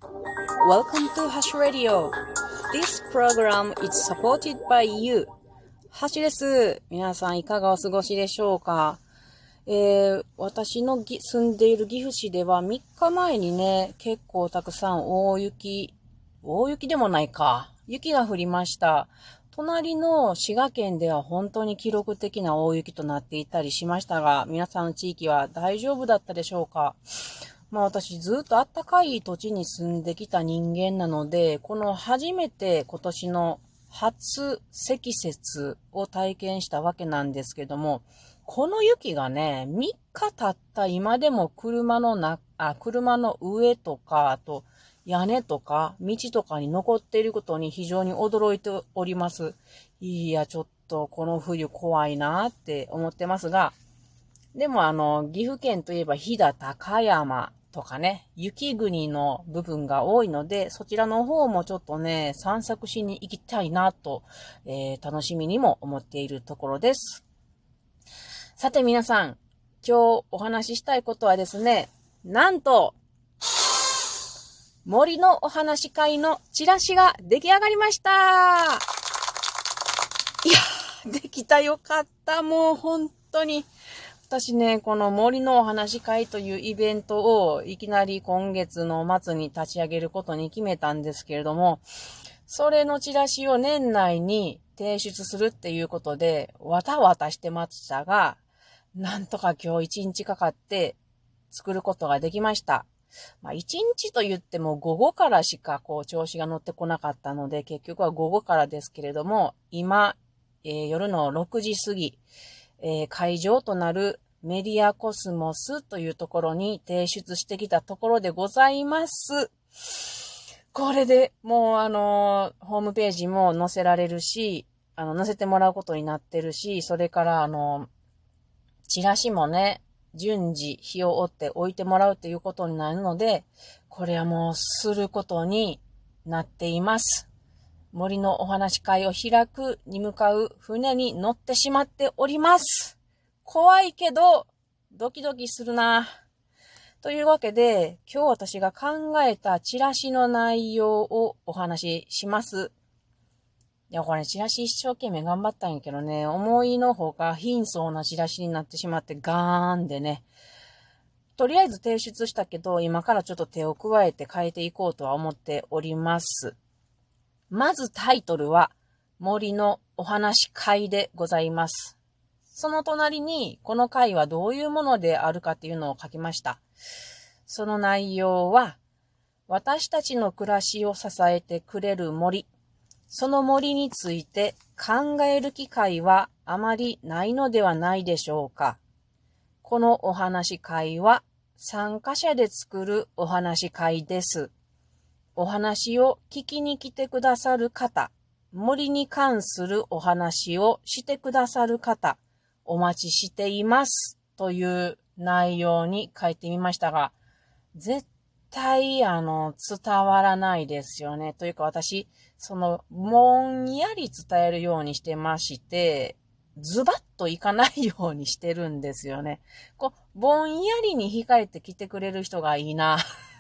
Welcome to Hash Radio. This program is supported by you. ハシです。皆さんいかがお過ごしでしょうか。私の住んでいる岐阜市では3日前にね、結構たくさん大雪でもないか。雪が降りました。隣の滋賀県では本当に記録的な大雪となっていたりしましたが、皆さんの地域は大丈夫だったでしょうか。私ずっと暖かい土地に住んできた人間なので、この初めて今年の初積雪を体験したわけなんですけども、この雪がね、3日経った今でも車の上とか、あと屋根とか道とかに残っていることに非常に驚いております。いや、ちょっとこの冬怖いなって思ってますが、でも岐阜県といえば飛騨高山とかね、雪国の部分が多いので、そちらの方もちょっとね、散策しに行きたいなと、楽しみにも思っているところです。さて皆さん、今日お話ししたいことはですね、なんと、森のお話会のチラシが出来上がりました。いや、できたよかった。もう本当に。私ね、この森のお話会というイベントをいきなり今月の末に立ち上げることに決めたんですけれども、それのチラシを年内に提出するっていうことで、わたわたしてましたが、なんとか今日1日かかって作ることができました。1日と言っても午後からしか調子が乗ってこなかったので、結局は午後からですけれども、今、夜の6時過ぎ、会場となるメディアコスモスというところに提出してきたところでございます。これでもうホームページも載せられるし、載せてもらうことになってるし、それからチラシもね、順次日を追って置いてもらうということになるので、これはもうすることになっています。森のお話会を開くに向かう船に乗ってしまっております。怖いけどドキドキするな。というわけで、今日私が考えたチラシの内容をお話しします。いや、これチラシ一生懸命頑張ったんやけどね、思いのほか貧相なチラシになってしまってガーンでね。とりあえず提出したけど、今からちょっと手を加えて変えていこうとは思っております。まずタイトルは森のお話会でございます。その隣にこの会はどういうものであるかっていうのを書きました。その内容は、私たちの暮らしを支えてくれる森。その森について考える機会はあまりないのではないでしょうか。このお話会は参加者で作るお話会です。お話を聞きに来てくださる方、森に関するお話をしてくださる方、お待ちしていますという内容に書いてみましたが、絶対伝わらないですよね。というか私、ぼんやり伝えるようにしてまして、ズバッといかないようにしてるんですよね。ぼんやりに控えて来てくれる人がいいな。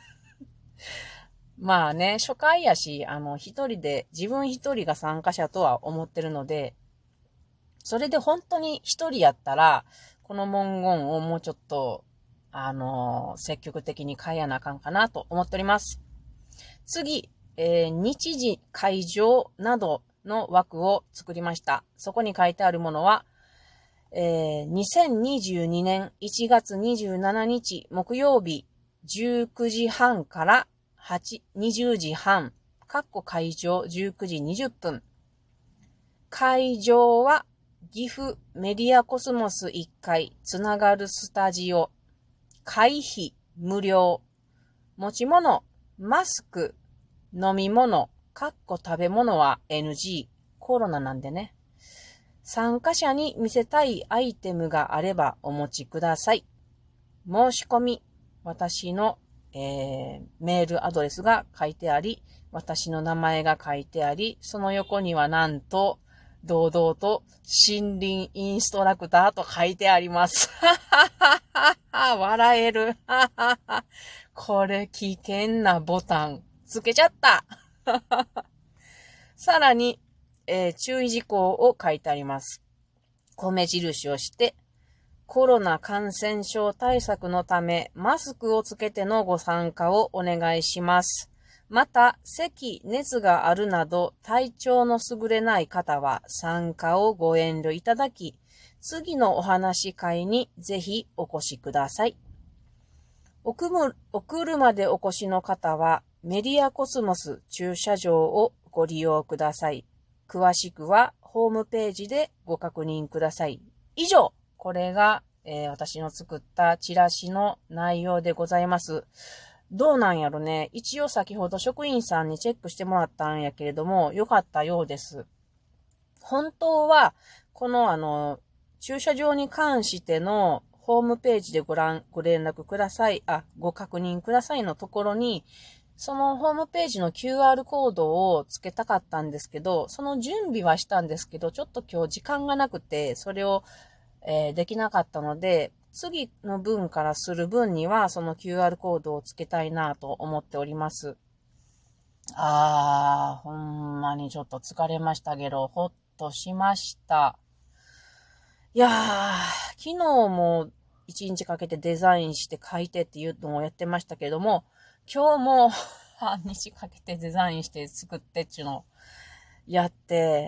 まあね、初回やし、自分一人が参加者とは思ってるので、それで本当に一人やったら、この文言をもうちょっと、積極的に変えやなあかんかなと思っております。次、日時、会場などの枠を作りました。そこに書いてあるものは、2022年1月27日木曜日19時半から20時半、会場19時20分。会場は岐阜メディアコスモス1階つながるスタジオ。会費無料。持ち物、マスク、飲み物、食べ物は NG。コロナなんでね。参加者に見せたいアイテムがあればお持ちください。申し込み、私の、メールアドレスが書いてあり、私の名前が書いてあり、その横にはなんと、堂々と森林インストラクターと書いてあります。笑える。これ危険なボタン。 つけちゃった。さらに、注意事項を書いてあります。米印をして、コロナ感染症対策のため、マスクをつけてのご参加をお願いします。また、咳、熱があるなど、体調の優れない方は参加をご遠慮いただき、次のお話し会にぜひお越しください。お車でお越しの方は、メディアコスモス駐車場をご利用ください。詳しくはホームページでご確認ください。以上、これが、私の作ったチラシの内容でございます。どうなんやろね。一応先ほど職員さんにチェックしてもらったんやけれども、良かったようです。本当は、この駐車場に関してのホームページでご連絡ください。ご確認くださいのところに、そのホームページの QR コードをつけたかったんですけど、その準備はしたんですけど、ちょっと今日時間がなくて、それを、できなかったので、次の分からする分には、その QR コードをつけたいなと思っております。ほんまにちょっと疲れましたけど、ほっとしました。いやー、昨日も1日かけてデザインして書いてっていうのをやってましたけども、今日も半日かけてデザインして作ってっていうのをやって、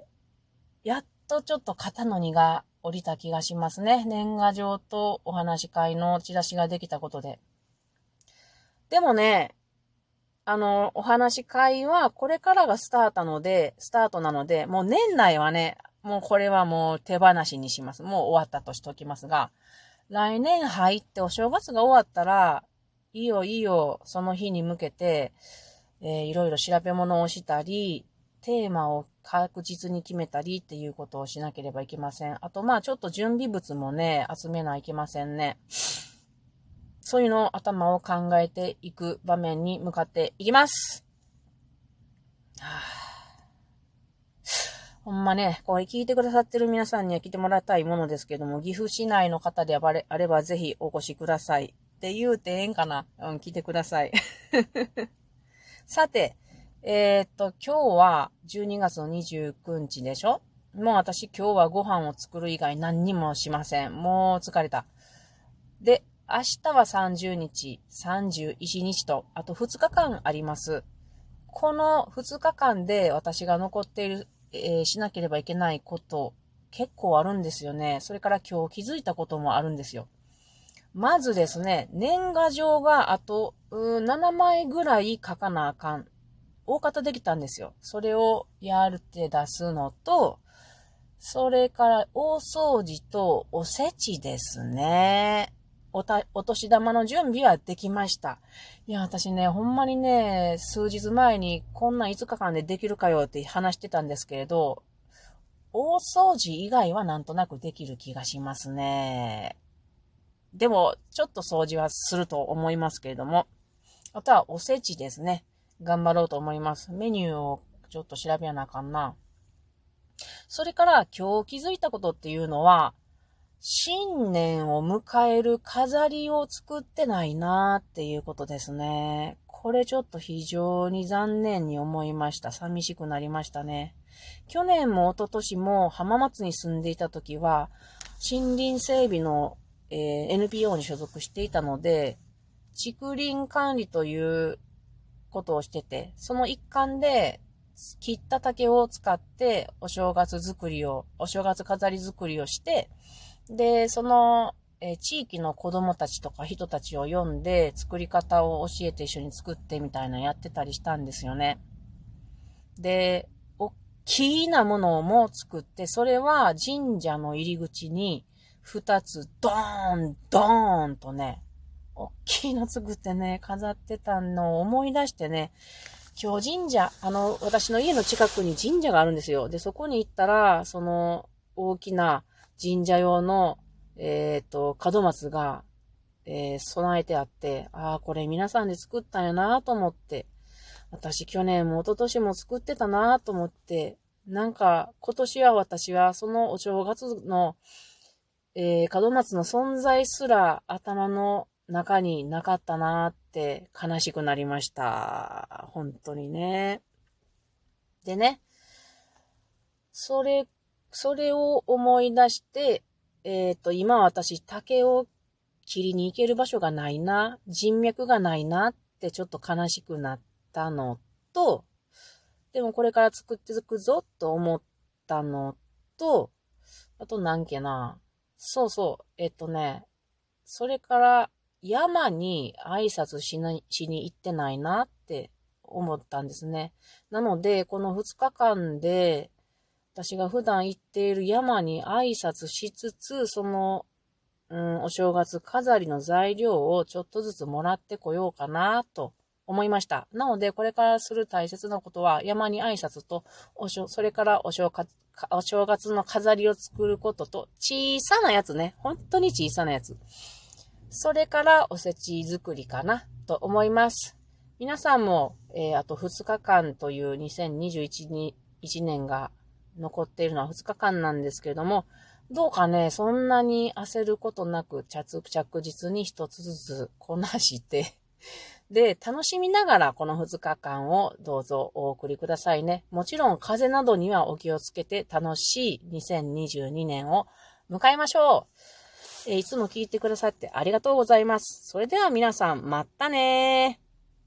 やっとちょっと肩の荷が降りた気がしますね。年賀状とお話し会のチラシができたことで。でもね、お話し会はこれからがスタートなので、もう年内はね、もうこれはもう手放しにします。もう終わったとしておきますが、来年入ってお正月が終わったら、いいよ、その日に向けて、いろいろ調べ物をしたり、テーマを確実に決めたりっていうことをしなければいけません。あとちょっと準備物もね、集めないけませんね。そういうのを頭を考えていく場面に向かっていきます。ほんまね、これ聞いてくださってる皆さんには来てもらいたいものですけども、岐阜市内の方であればぜひお越しください。って言うてええんかな？来てください。さて、今日は12月の29日でしょ？もう私今日はご飯を作る以外何にもしません。もう疲れた。で、明日は30日、31日と、あと2日間あります。この2日間で私が残っている、しなければいけないこと結構あるんですよね。それから今日気づいたこともあるんですよ。まずですね、年賀状があと7枚ぐらい書かなあかん。大方できたんですよ。それをやるって出すのと、それから大掃除とおせちですね。お年玉の準備はできました。いや、私ね、ほんまにね、数日前にこんな5日間でできるかよって話してたんですけれど、大掃除以外はなんとなくできる気がしますね。でも、ちょっと掃除はすると思いますけれども、あとはおせちですね。頑張ろうと思います。メニューをちょっと調べやなあかんな。それから今日気づいたことっていうのは、新年を迎える飾りを作ってないなーっていうことですね。これちょっと非常に残念に思いました。寂しくなりましたね。去年も一昨年も浜松に住んでいた時は、森林整備の、NPO に所属していたので、竹林管理ということをしてて、その一環で切った竹を使ってお正月飾り作りをして、で、その、地域の子供たちとか人たちを呼んで作り方を教えて一緒に作ってみたいなのやってたりしたんですよね。で、大きなものも作って、それは神社の入り口に2つドーンとね、大きいの作ってね、飾ってたのを思い出してね、今日神社、私の家の近くに神社があるんですよ。で、そこに行ったら、その大きな神社用の、門松が、備えてあって、これ皆さんで作ったんやなと思って、私去年も一昨年も作ってたなと思って、なんか今年は私はそのお正月の、門松の存在すら頭の中になかったなっって悲しくなりました。本当にね。でね、それを思い出して、今私竹を切りに行ける場所がないな、人脈がないなってちょっと悲しくなったのと、でもこれから作っていくぞと思ったのと、あとなんけな。そうそう。それから山に挨拶しに行ってないなって思ったんですね。なので、この2日間で、私が普段行っている山に挨拶しつつ、お正月飾りの材料をちょっとずつもらってこようかなと思いました。なので、これからする大切なことは、山に挨拶と、それからお正月の飾りを作ることと、小さなやつね。本当に小さなやつ。それからおせち作りかなと思います。皆さんも、あと2日間という2021年が残っているのは2日間なんですけれども、どうかね、そんなに焦ることなく着実に一つずつこなして、で、楽しみながらこの2日間をどうぞお送りくださいね。もちろん風邪などにはお気をつけて楽しい2022年を迎えましょう。いつも聞いてくださってありがとうございます。それでは皆さん、またねー。